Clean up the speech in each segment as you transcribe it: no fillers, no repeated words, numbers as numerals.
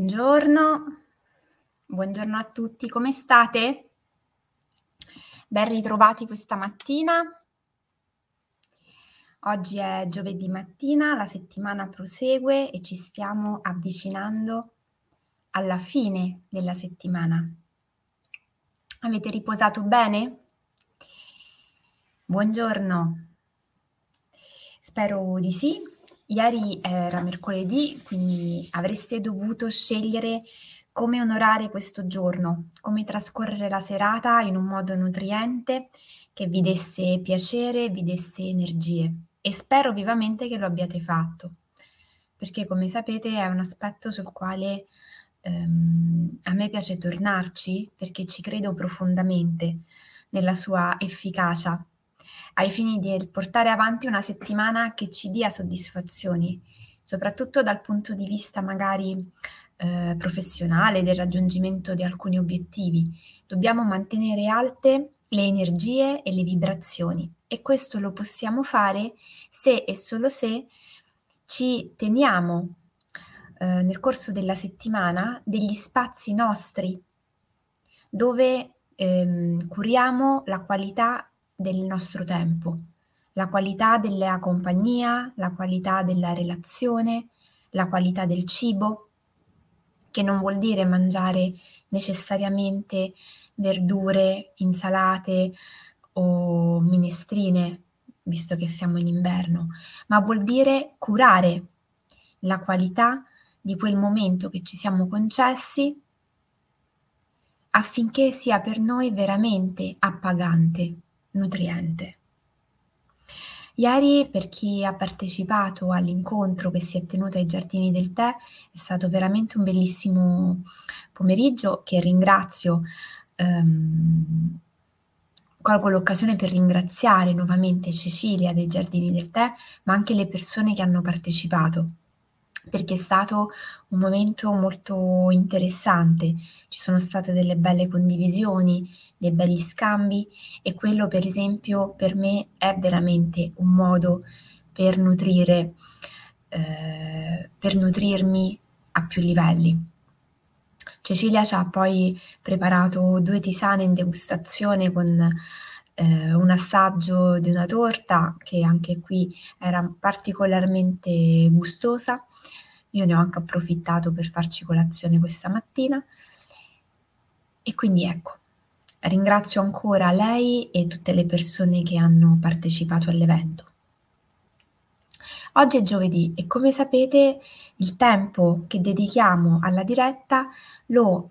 Buongiorno, buongiorno a tutti, come state? Ben ritrovati questa mattina. Oggi è giovedì mattina, la settimana prosegue e ci stiamo avvicinando alla fine della settimana. Avete riposato bene? Buongiorno. Spero di sì. Ieri era mercoledì, quindi avreste dovuto scegliere come onorare questo giorno, come trascorrere la serata in un modo nutriente che vi desse piacere, vi desse energie. E spero vivamente che lo abbiate fatto, perché come sapete è un aspetto sul quale a me piace tornarci, perché ci credo profondamente nella sua efficacia ai fini di portare avanti una settimana che ci dia soddisfazioni, soprattutto dal punto di vista magari professionale, del raggiungimento di alcuni obiettivi. Dobbiamo mantenere alte le energie e le vibrazioni e questo lo possiamo fare se e solo se ci teniamo nel corso della settimana degli spazi nostri dove curiamo la qualità del nostro tempo, la qualità della compagnia, la qualità della relazione, la qualità del cibo, che non vuol dire mangiare necessariamente verdure, insalate o minestrine, visto che siamo in inverno, ma vuol dire curare la qualità di quel momento che ci siamo concessi affinché sia per noi veramente appagante, nutriente. Ieri, per chi ha partecipato all'incontro che si è tenuto ai Giardini del Tè, è stato veramente un bellissimo pomeriggio che ringrazio, colgo l'occasione per ringraziare nuovamente Cecilia dei Giardini del Tè, ma anche le persone che hanno partecipato, perché è stato un momento molto interessante. Ci sono state delle belle condivisioni, dei begli scambi e quello per esempio per me è veramente un modo per nutrirmi a più livelli. Cecilia ci ha poi preparato 2 tisane in degustazione con, un assaggio di una torta che anche qui era particolarmente gustosa. Io ne ho anche approfittato per farci colazione questa mattina e quindi ecco, ringrazio ancora lei e tutte le persone che hanno partecipato all'evento. Oggi è giovedì e come sapete il tempo che dedichiamo alla diretta lo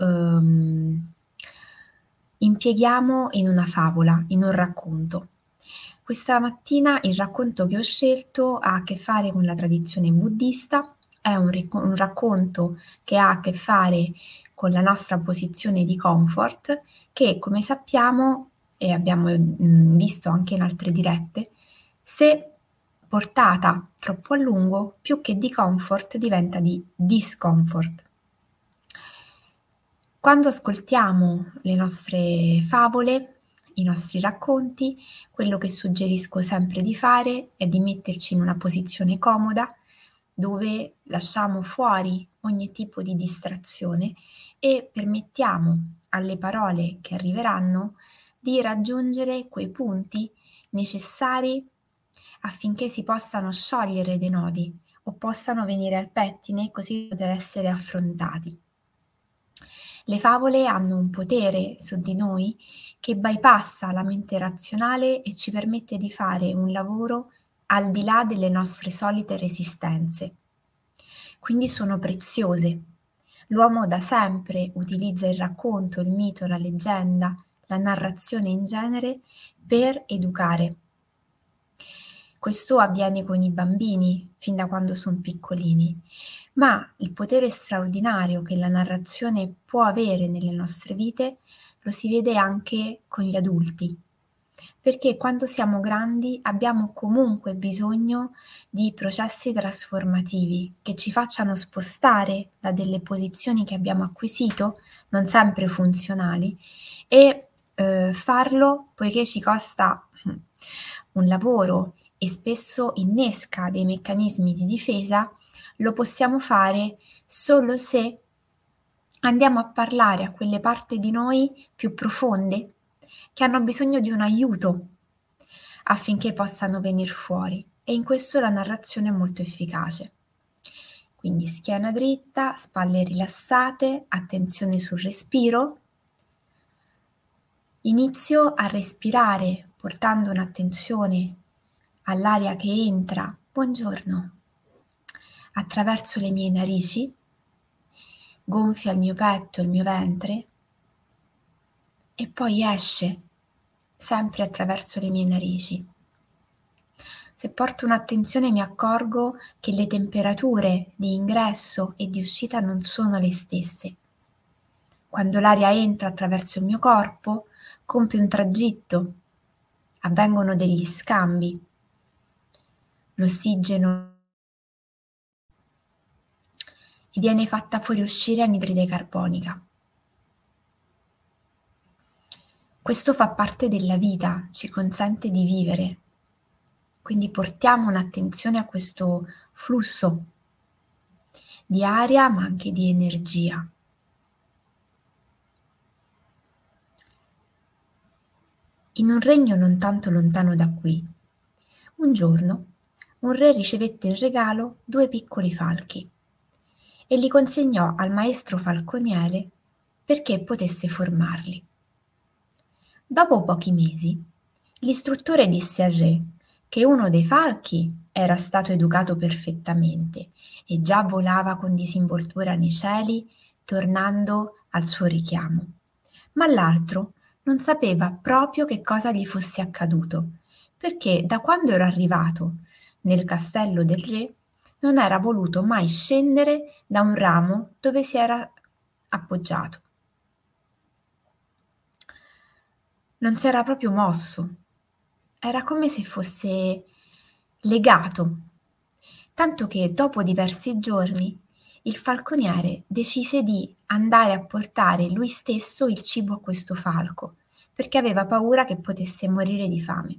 impieghiamo in una favola, in un racconto. Questa mattina il racconto che ho scelto ha a che fare con la tradizione buddista, è un racconto che ha a che fare con la nostra posizione di comfort che, come sappiamo e abbiamo visto anche in altre dirette, se portata troppo a lungo, più che di comfort diventa di discomfort. Quando ascoltiamo le nostre favole, i nostri racconti, quello che suggerisco sempre di fare è di metterci in una posizione comoda dove lasciamo fuori ogni tipo di distrazione e permettiamo alle parole che arriveranno di raggiungere quei punti necessari affinché si possano sciogliere dei nodi o possano venire al pettine così poter essere affrontati. Le favole hanno un potere su di noi che bypassa la mente razionale e ci permette di fare un lavoro al di là delle nostre solite resistenze. Quindi sono preziose. L'uomo da sempre utilizza il racconto, il mito, la leggenda, la narrazione in genere per educare. Questo avviene con i bambini fin da quando son piccolini, ma il potere straordinario che la narrazione può avere nelle nostre vite lo si vede anche con gli adulti, perché quando siamo grandi abbiamo comunque bisogno di processi trasformativi che ci facciano spostare da delle posizioni che abbiamo acquisito, non sempre funzionali, e farlo poiché ci costa un lavoro e spesso innesca dei meccanismi di difesa, lo possiamo fare solo se Andiamo a parlare a quelle parti di noi più profonde che hanno bisogno di un aiuto affinché possano venir fuori, e in questo la narrazione è molto efficace. Quindi schiena dritta, spalle rilassate, attenzione sul respiro. Inizio a respirare portando un'attenzione all'aria che entra, buongiorno, attraverso le mie narici, gonfia il mio petto, il mio ventre, e poi esce sempre attraverso le mie narici. Se porto un'attenzione mi accorgo che le temperature di ingresso e di uscita non sono le stesse. Quando l'aria entra attraverso il mio corpo, compie un tragitto, avvengono degli scambi. L'ossigeno e viene fatta fuoriuscire anidride carbonica. Questo fa parte della vita, ci consente di vivere. Quindi portiamo un'attenzione a questo flusso di aria, ma anche di energia. In un regno non tanto lontano da qui, un giorno un re ricevette in regalo 2 piccoli falchi e li consegnò al maestro falconiere perché potesse formarli. Dopo pochi mesi, l'istruttore disse al re che uno dei falchi era stato educato perfettamente e già volava con disinvoltura nei cieli, tornando al suo richiamo, ma l'altro non sapeva proprio che cosa gli fosse accaduto, perché da quando era arrivato nel castello del re non era voluto mai scendere da un ramo dove si era appoggiato. Non si era proprio mosso, era come se fosse legato, tanto che dopo diversi giorni il falconiere decise di andare a portare lui stesso il cibo a questo falco, perché aveva paura che potesse morire di fame.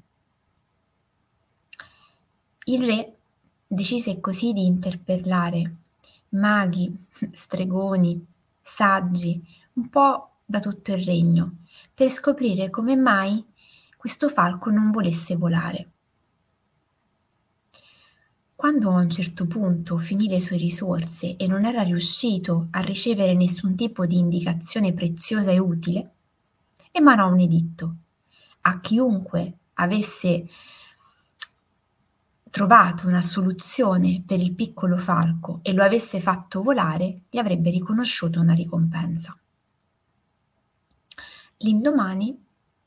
Il re decise così di interpellare maghi, stregoni, saggi, un po' da tutto il regno, per scoprire come mai questo falco non volesse volare. Quando a un certo punto finì le sue risorse e non era riuscito a ricevere nessun tipo di indicazione preziosa e utile, emanò un editto: a chiunque avesse trovato una soluzione per il piccolo falco e lo avesse fatto volare, gli avrebbe riconosciuto una ricompensa. L'indomani,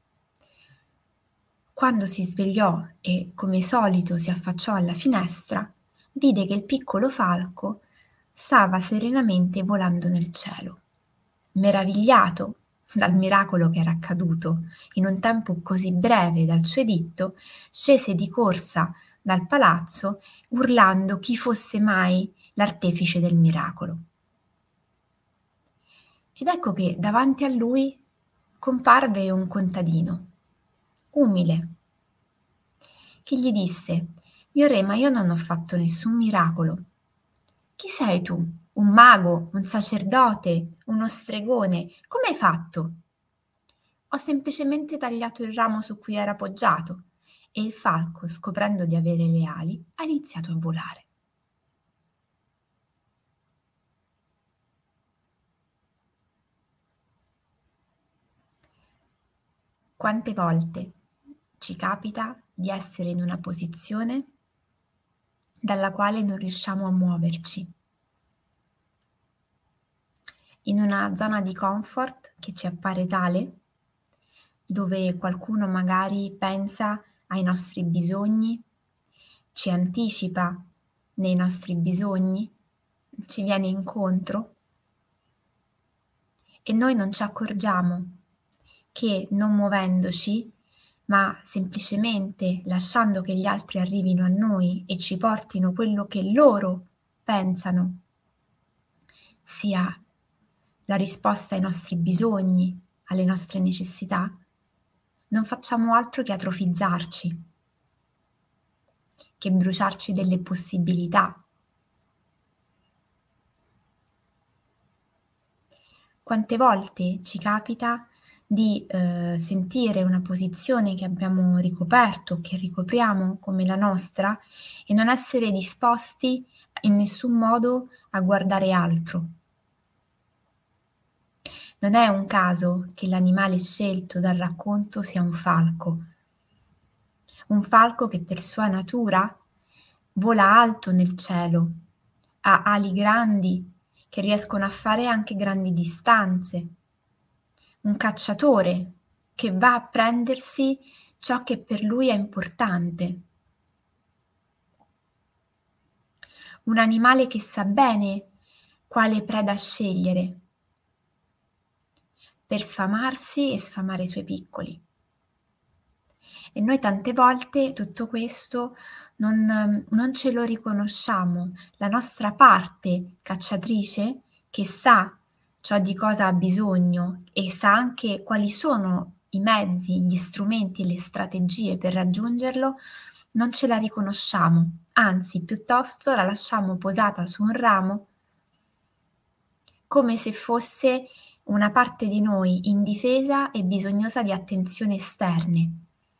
quando si svegliò e come solito si affacciò alla finestra, vide che il piccolo falco stava serenamente volando nel cielo. Meravigliato dal miracolo che era accaduto in un tempo così breve dal suo editto, scese di corsa dal palazzo urlando chi fosse mai l'artefice del miracolo. Ed ecco che davanti a lui comparve un contadino, umile, che gli disse: mio re, ma io non ho fatto nessun miracolo. Chi sei tu? Un mago? Un sacerdote? Uno stregone? Come hai fatto? Ho semplicemente tagliato il ramo su cui era poggiato e il falco, scoprendo di avere le ali, ha iniziato a volare. Quante volte ci capita di essere in una posizione dalla quale non riusciamo a muoverci, in una zona di comfort che ci appare tale, dove qualcuno magari pensa ai nostri bisogni, ci anticipa nei nostri bisogni, ci viene incontro e noi non ci accorgiamo che non muovendoci, ma semplicemente lasciando che gli altri arrivino a noi e ci portino quello che loro pensano sia la risposta ai nostri bisogni, alle nostre necessità, non facciamo altro che atrofizzarci, che bruciarci delle possibilità. Quante volte ci capita di sentire una posizione che abbiamo ricoperto, che ricopriamo come la nostra e non essere disposti in nessun modo a guardare altro. Non è un caso che l'animale scelto dal racconto sia un falco che per sua natura vola alto nel cielo, ha ali grandi che riescono a fare anche grandi distanze, un cacciatore che va a prendersi ciò che per lui è importante, un animale che sa bene quale preda scegliere per sfamarsi e sfamare i suoi piccoli. E noi tante volte tutto questo non ce lo riconosciamo. La nostra parte cacciatrice, che sa ciò di cosa ha bisogno e sa anche quali sono i mezzi, gli strumenti e le strategie per raggiungerlo, non ce la riconosciamo, anzi piuttosto la lasciamo posata su un ramo come se fosse una parte di noi indifesa e bisognosa di attenzioni esterne.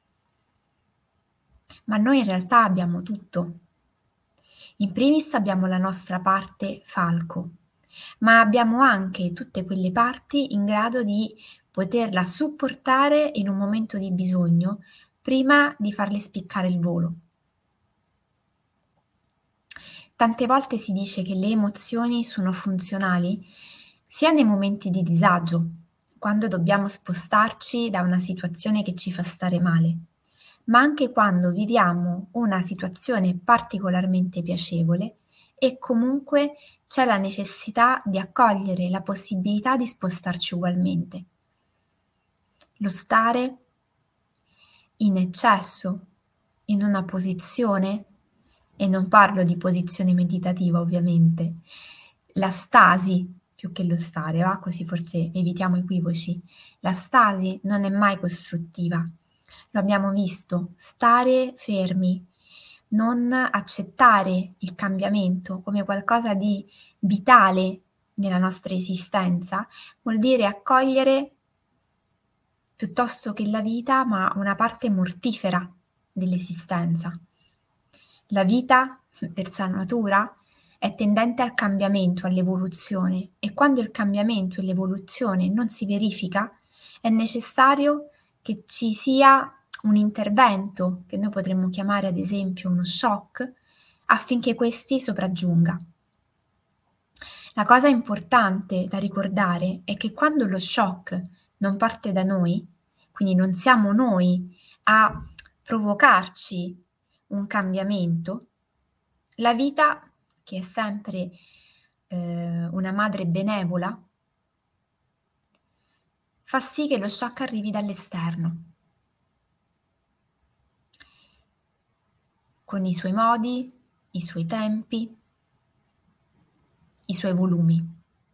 Ma noi in realtà abbiamo tutto. In primis abbiamo la nostra parte falco, ma abbiamo anche tutte quelle parti in grado di poterla supportare in un momento di bisogno prima di farle spiccare il volo. Tante volte si dice che le emozioni sono funzionali sia nei momenti di disagio, quando dobbiamo spostarci da una situazione che ci fa stare male, ma anche quando viviamo una situazione particolarmente piacevole e comunque c'è la necessità di accogliere la possibilità di spostarci ugualmente. Lo stare in eccesso in una posizione, e non parlo di posizione meditativa ovviamente, la stasi più che lo stare, va? Così forse evitiamo equivoci. La stasi non è mai costruttiva. Lo abbiamo visto, stare fermi, non accettare il cambiamento come qualcosa di vitale nella nostra esistenza, vuol dire accogliere piuttosto che la vita, ma una parte mortifera dell'esistenza. La vita, per sua natura, è tendente al cambiamento, all'evoluzione e quando il cambiamento e l'evoluzione non si verifica, è necessario che ci sia un intervento, che noi potremmo chiamare ad esempio uno shock, affinché questi sopraggiunga. La cosa importante da ricordare è che quando lo shock non parte da noi, quindi non siamo noi a provocarci un cambiamento, la vita, che è sempre una madre benevola, fa sì che lo shock arrivi dall'esterno, con i suoi modi, i suoi tempi, i suoi volumi.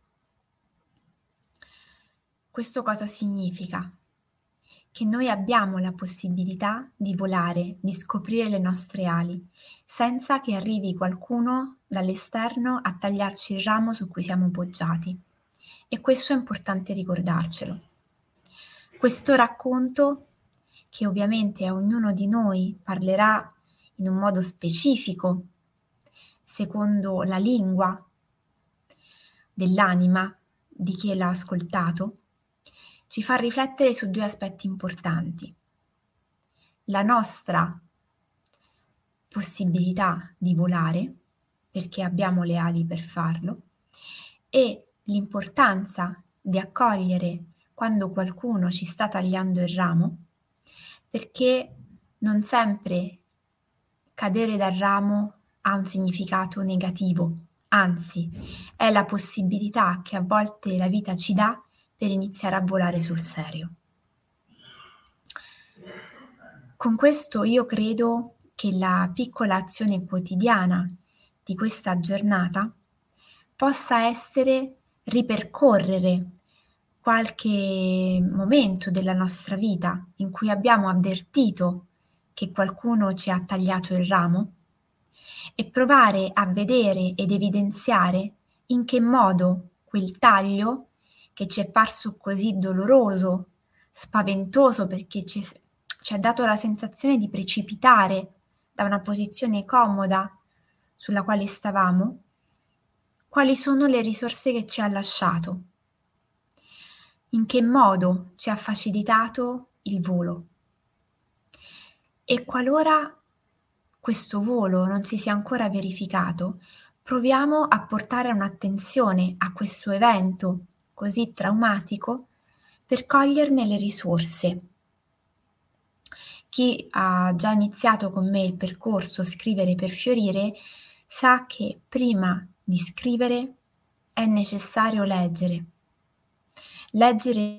Questo cosa significa? Che noi abbiamo la possibilità di volare, di scoprire le nostre ali, senza che arrivi qualcuno dall'esterno a tagliarci il ramo su cui siamo poggiati. E questo è importante ricordarcelo. Questo racconto, che ovviamente a ognuno di noi parlerà in un modo specifico, secondo la lingua dell'anima di chi l'ha ascoltato, ci fa riflettere su due aspetti importanti. La nostra possibilità di volare, perché abbiamo le ali per farlo, e l'importanza di accogliere quando qualcuno ci sta tagliando il ramo, perché non sempre cadere dal ramo ha un significato negativo, anzi è la possibilità che a volte la vita ci dà per iniziare a volare sul serio. Con questo io credo che la piccola azione quotidiana di questa giornata possa essere ripercorrere qualche momento della nostra vita in cui abbiamo avvertito che qualcuno ci ha tagliato il ramo e provare a vedere ed evidenziare in che modo quel taglio che ci è parso così doloroso, spaventoso, perché ci ha dato la sensazione di precipitare da una posizione comoda sulla quale stavamo, quali sono le risorse che ci ha lasciato, in che modo ci ha facilitato il volo. E qualora questo volo non si sia ancora verificato, proviamo a portare un'attenzione a questo evento così traumatico per coglierne le risorse. Chi ha già iniziato con me il percorso Scrivere per fiorire sa che prima di scrivere è necessario leggere. Leggere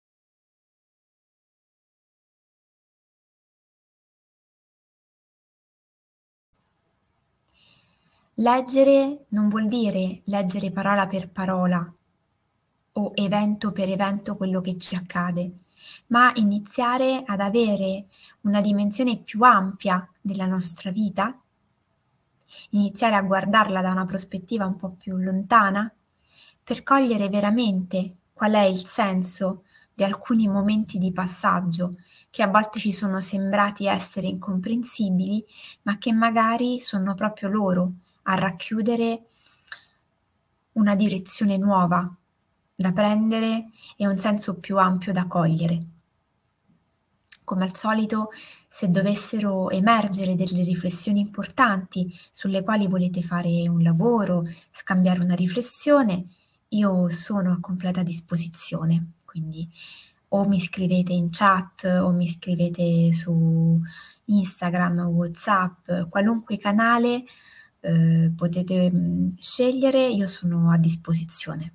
Leggere non vuol dire leggere parola per parola o evento per evento quello che ci accade, ma iniziare ad avere una dimensione più ampia della nostra vita, iniziare a guardarla da una prospettiva un po' più lontana, per cogliere veramente qual è il senso di alcuni momenti di passaggio che a volte ci sono sembrati essere incomprensibili, ma che magari sono proprio loro a racchiudere una direzione nuova da prendere e un senso più ampio da cogliere. Come al solito, se dovessero emergere delle riflessioni importanti sulle quali volete fare un lavoro, scambiare una riflessione, io sono a completa disposizione. Quindi o mi scrivete in chat o mi scrivete su Instagram, WhatsApp, qualunque canale potete scegliere, io sono a disposizione.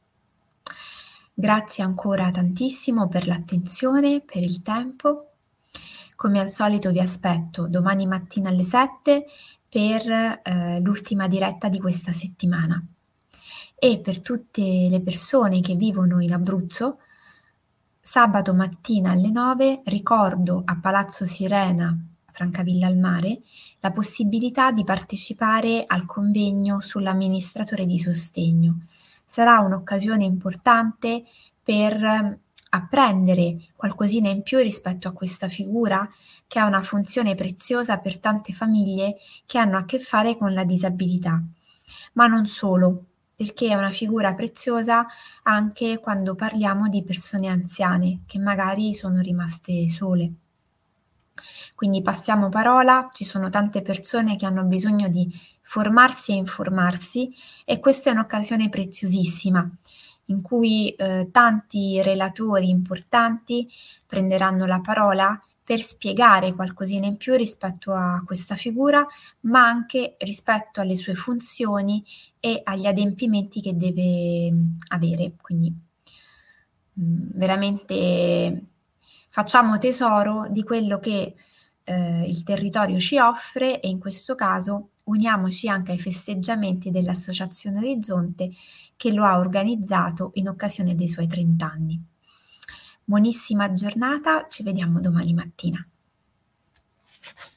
Grazie ancora tantissimo per l'attenzione, per il tempo. Come al solito vi aspetto domani mattina alle 7 per l'ultima diretta di questa settimana. E per tutte le persone che vivono in Abruzzo, sabato mattina alle 9 ricordo a Palazzo Sirena, Francavilla al Mare, la possibilità di partecipare al convegno sull'amministratore di sostegno. Sarà un'occasione importante per apprendere qualcosina in più rispetto a questa figura che ha una funzione preziosa per tante famiglie che hanno a che fare con la disabilità. Ma non solo, perché è una figura preziosa anche quando parliamo di persone anziane che magari sono rimaste sole. Quindi passiamo parola, ci sono tante persone che hanno bisogno di formarsi e informarsi e questa è un'occasione preziosissima in cui tanti relatori importanti prenderanno la parola per spiegare qualcosina in più rispetto a questa figura, ma anche rispetto alle sue funzioni e agli adempimenti che deve avere. Quindi veramente facciamo tesoro di quello che il territorio ci offre e in questo caso uniamoci anche ai festeggiamenti dell'Associazione Orizzonte che lo ha organizzato in occasione dei suoi 30 anni. Buonissima giornata, ci vediamo domani mattina.